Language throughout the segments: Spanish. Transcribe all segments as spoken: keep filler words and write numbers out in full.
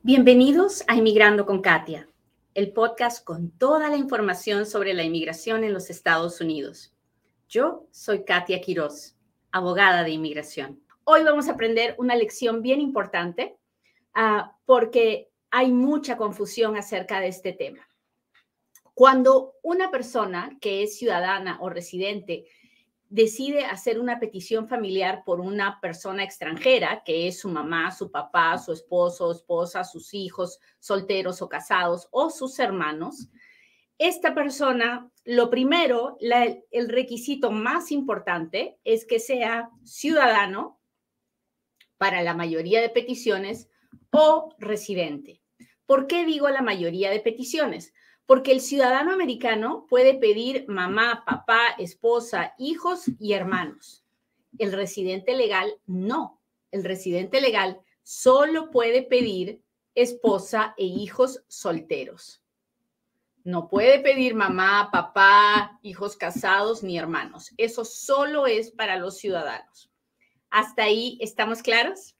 Bienvenidos a Inmigrando con Katia, el podcast con toda la información sobre la inmigración en los Estados Unidos. Yo soy Katia Quiroz, abogada de inmigración. Hoy vamos a aprender una lección bien importante uh, porque hay mucha confusión acerca de este tema. Cuando una persona que es ciudadana o residente decide hacer una petición familiar por una persona extranjera, que es su mamá, su papá, su esposo, esposa, sus hijos, solteros o casados, o sus hermanos, esta persona, lo primero, la, el requisito más importante es que sea ciudadano para la mayoría de peticiones o residente. ¿Por qué digo la mayoría de peticiones? Porque el ciudadano americano puede pedir mamá, papá, esposa, hijos y hermanos. El residente legal no. El residente legal solo puede pedir esposa e hijos solteros. No puede pedir mamá, papá, hijos casados ni hermanos. Eso solo es para los ciudadanos. ¿Hasta ahí estamos claros?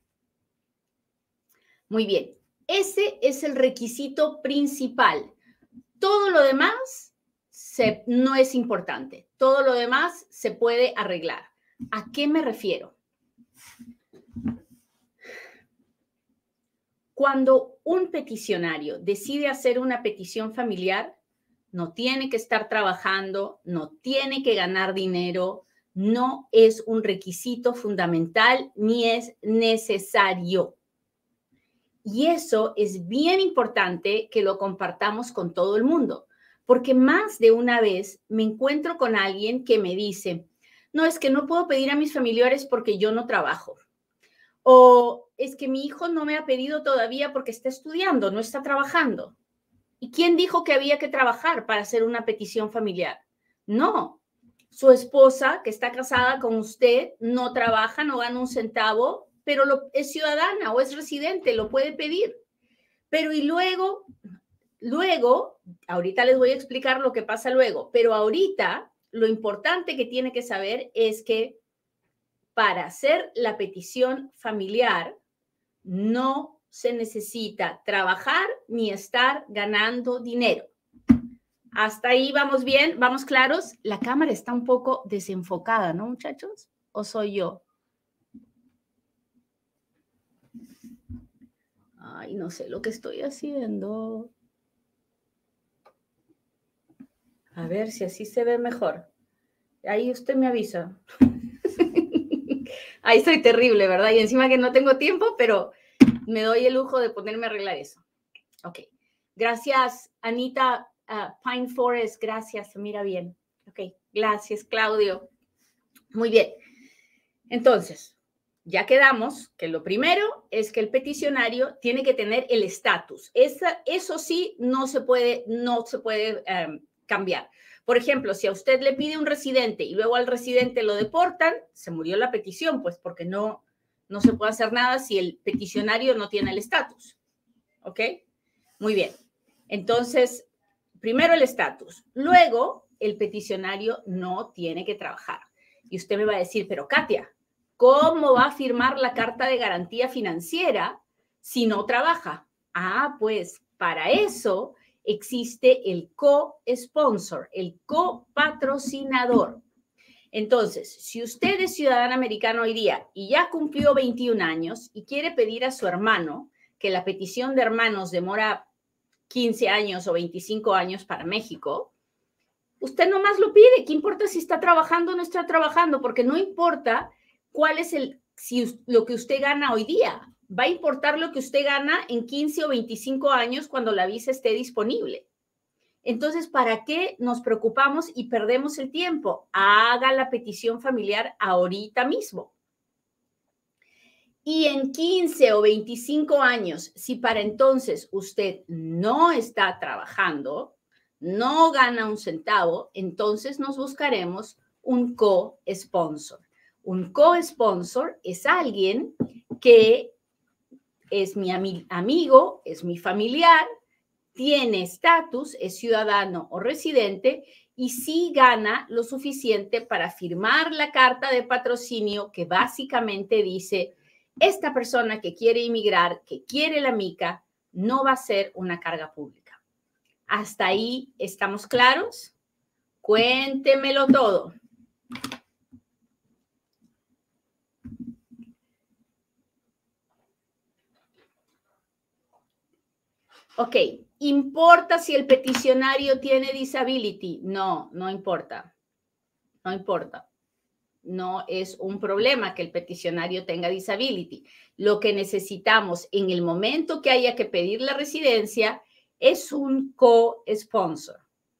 Muy bien. Ese es el requisito principal. Todo lo demás se, no es importante. Todo lo demás se puede arreglar. ¿A qué me refiero? Cuando un peticionario decide hacer una petición familiar, no tiene que estar trabajando, no tiene que ganar dinero, no es un requisito fundamental ni es necesario. Y eso es bien importante que lo compartamos con todo el mundo, porque más de una vez me encuentro con alguien que me dice, no, es que no puedo pedir a mis familiares porque yo no trabajo. O es que mi hijo no me ha pedido todavía porque está estudiando, no está trabajando. ¿Y quién dijo que había que trabajar para hacer una petición familiar? No, su esposa que está casada con usted no trabaja, no gana un centavo, pero lo, es ciudadana o es residente, lo puede pedir. Pero y luego, luego, ahorita les voy a explicar lo que pasa luego, pero ahorita lo importante que tiene que saber es que para hacer la petición familiar no se necesita trabajar ni estar ganando dinero. ¿Hasta ahí vamos bien? ¿Vamos claros? La cámara está un poco desenfocada, ¿no, muchachos? ¿O soy yo? Ay, no sé lo que estoy haciendo. A ver si así se ve mejor. Ahí usted me avisa. Ahí soy terrible, ¿verdad? Y encima que no tengo tiempo, pero me doy el lujo de ponerme a arreglar eso. Ok. Gracias, Anita uh, Pine Forest. Gracias, se mira bien. Ok. Gracias, Claudio. Muy bien. Entonces, ya quedamos que lo primero es que el peticionario tiene que tener el estatus. Eso sí no se puede, no se puede um, cambiar. Por ejemplo, si a usted le pide un residente y luego al residente lo deportan, se murió la petición, pues porque no, no se puede hacer nada si el peticionario no tiene el estatus. ¿Ok? Muy bien. Entonces, primero el estatus. Luego, el peticionario no tiene que trabajar. Y usted me va a decir, pero Katia, ¿cómo va a firmar la carta de garantía financiera si no trabaja? Ah, pues para eso existe el co-sponsor, el copatrocinador. Entonces, si usted es ciudadano americano hoy día y ya cumplió veintiún años y quiere pedir a su hermano, que la petición de hermanos demora quince años o veinticinco años para México, usted nomás lo pide. ¿Qué importa si está trabajando o no está trabajando? Porque no importa cuál es el, si lo que usted gana hoy día. Va a importar lo que usted gana en quince o veinticinco años cuando la visa esté disponible. Entonces, ¿para qué nos preocupamos y perdemos el tiempo? Haga la petición familiar ahorita mismo. Y en quince o veinticinco años, si para entonces usted no está trabajando, no gana un centavo, entonces nos buscaremos un co-sponsor. Un co-sponsor es alguien que es mi ami- amigo, es mi familiar, tiene estatus, es ciudadano o residente y sí gana lo suficiente para firmar la carta de patrocinio que básicamente dice, esta persona que quiere inmigrar, que quiere la mica, no va a ser una carga pública. ¿Hasta ahí estamos claros? Cuéntemelo todo. Ok, ¿importa si el peticionario tiene disability? No, no importa. No importa. No es un problema que el peticionario tenga disability. Lo que necesitamos en el momento que haya que pedir la residencia es un co-sponsor.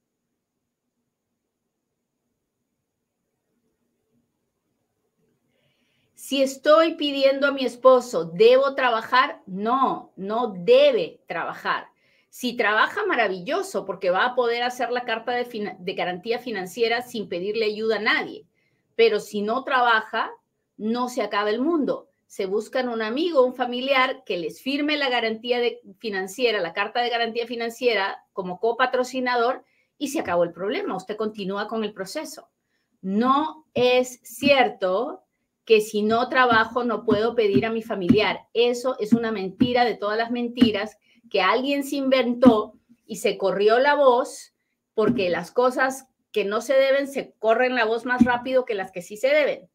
Si estoy pidiendo a mi esposo, ¿debo trabajar? No, no debe trabajar. Si trabaja, maravilloso, porque va a poder hacer la carta de, de garantía financiera sin pedirle ayuda a nadie. Pero si no trabaja, no se acaba el mundo. Se buscan un amigo, un familiar que les firme la garantía de financiera, la carta de garantía financiera como copatrocinador y se acabó el problema. Usted continúa con el proceso. No es cierto que si no trabajo no puedo pedir a mi familiar. Eso es una mentira de todas las mentiras que alguien se inventó y se corrió la voz porque las cosas que no se deben se corren la voz más rápido que las que sí se deben.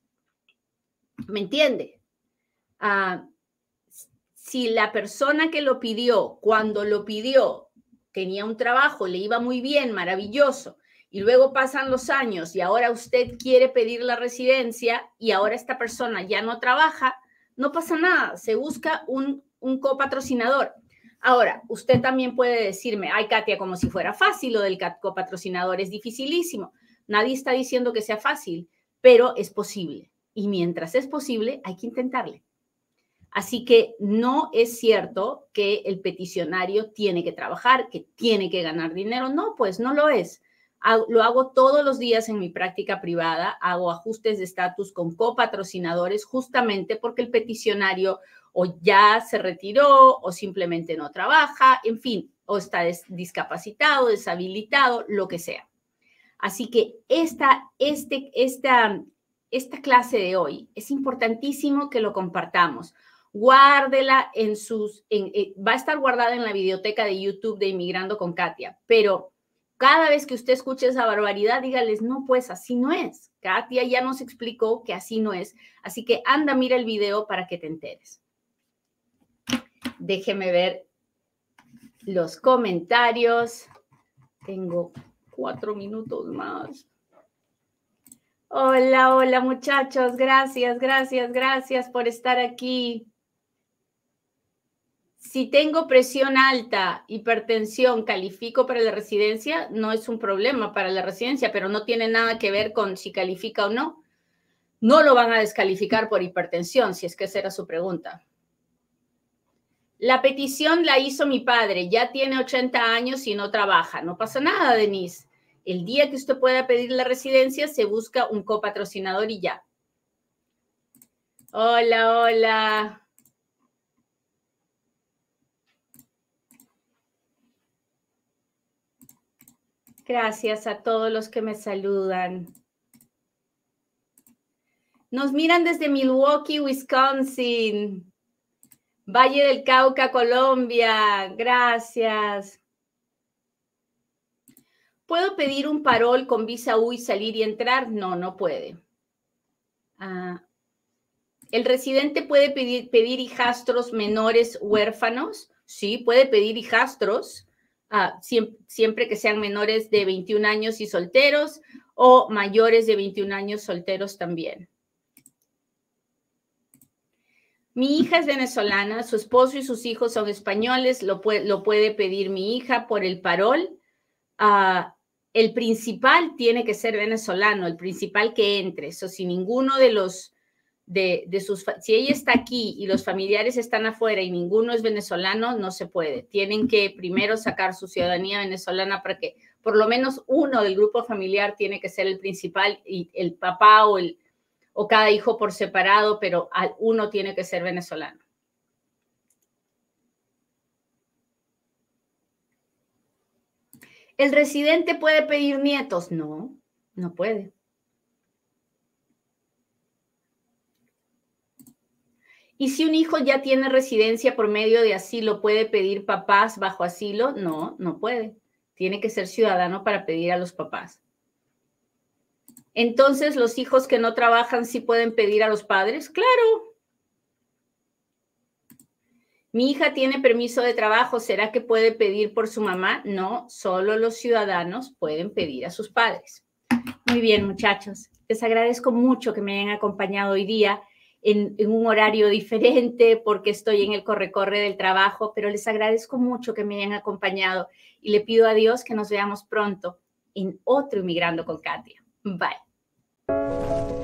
¿Me entiende? Uh, si la persona que lo pidió, cuando lo pidió, tenía un trabajo, le iba muy bien, maravilloso, y luego pasan los años y ahora usted quiere pedir la residencia y ahora esta persona ya no trabaja, no pasa nada, se busca un, un copatrocinador. Ahora, usted también puede decirme, ay, Katia, como si fuera fácil lo del copatrocinador, es dificilísimo. Nadie está diciendo que sea fácil, pero es posible. Y mientras es posible, hay que intentarle. Así que no es cierto que el peticionario tiene que trabajar, que tiene que ganar dinero. No, pues no lo es. Lo hago todos los días en mi práctica privada, hago ajustes de estatus con copatrocinadores justamente porque el peticionario o ya se retiró o simplemente no trabaja, en fin, o está discapacitado, deshabilitado, lo que sea. Así que esta, este, esta, esta clase de hoy es importantísimo que lo compartamos. Guárdela en sus, en, eh, va a estar guardada en la biblioteca de YouTube de Inmigrando con Katia, pero cada vez que usted escuche esa barbaridad, dígales, no, pues así no es. Katia ya nos explicó que así no es. Así que anda, mira el video para que te enteres. Déjeme ver los comentarios. Tengo cuatro minutos más. Hola, hola muchachos. Gracias, gracias, gracias por estar aquí. Si tengo presión alta, hipertensión, califico para la residencia, no es un problema para la residencia, pero no tiene nada que ver con si califica o no. No lo van a descalificar por hipertensión, si es que esa era su pregunta. La petición la hizo mi padre, ya tiene ochenta años y no trabaja. No pasa nada, Denise. El día que usted pueda pedir la residencia, se busca un copatrocinador y ya. Hola, hola. Gracias a todos los que me saludan. Nos miran desde Milwaukee, Wisconsin. Valle del Cauca, Colombia. Gracias. ¿Puedo pedir un parol con visa U y salir y entrar? No, no puede. Ah, ¿el residente puede pedir, pedir hijastros menores huérfanos? Sí, puede pedir hijastros. Uh, siempre, siempre que sean menores de veintiún años y solteros o mayores de veintiún años solteros también. Mi hija es venezolana, su esposo y sus hijos son españoles, lo puede, lo puede pedir mi hija por el parol. Uh, el principal tiene que ser venezolano, el principal que entre. Eso, si ninguno de los De, de sus, si ella está aquí y los familiares están afuera y ninguno es venezolano, no se puede. Tienen que primero sacar su ciudadanía venezolana para que por lo menos uno del grupo familiar tiene que ser el principal y el papá o, el, o cada hijo por separado, pero uno tiene que ser venezolano. ¿El residente puede pedir nietos? No, no puede. ¿Y si un hijo ya tiene residencia por medio de asilo, puede pedir papás bajo asilo? No, no puede. Tiene que ser ciudadano para pedir a los papás. Entonces, ¿los hijos que no trabajan sí pueden pedir a los padres? ¡Claro! Mi hija tiene permiso de trabajo, ¿será que puede pedir por su mamá? No, solo los ciudadanos pueden pedir a sus padres. Muy bien, muchachos. Les agradezco mucho que me hayan acompañado hoy día en, en un horario diferente porque estoy en el corre-corre del trabajo, pero les agradezco mucho que me hayan acompañado y le pido a Dios que nos veamos pronto en otro Inmigrando con Katia. Bye.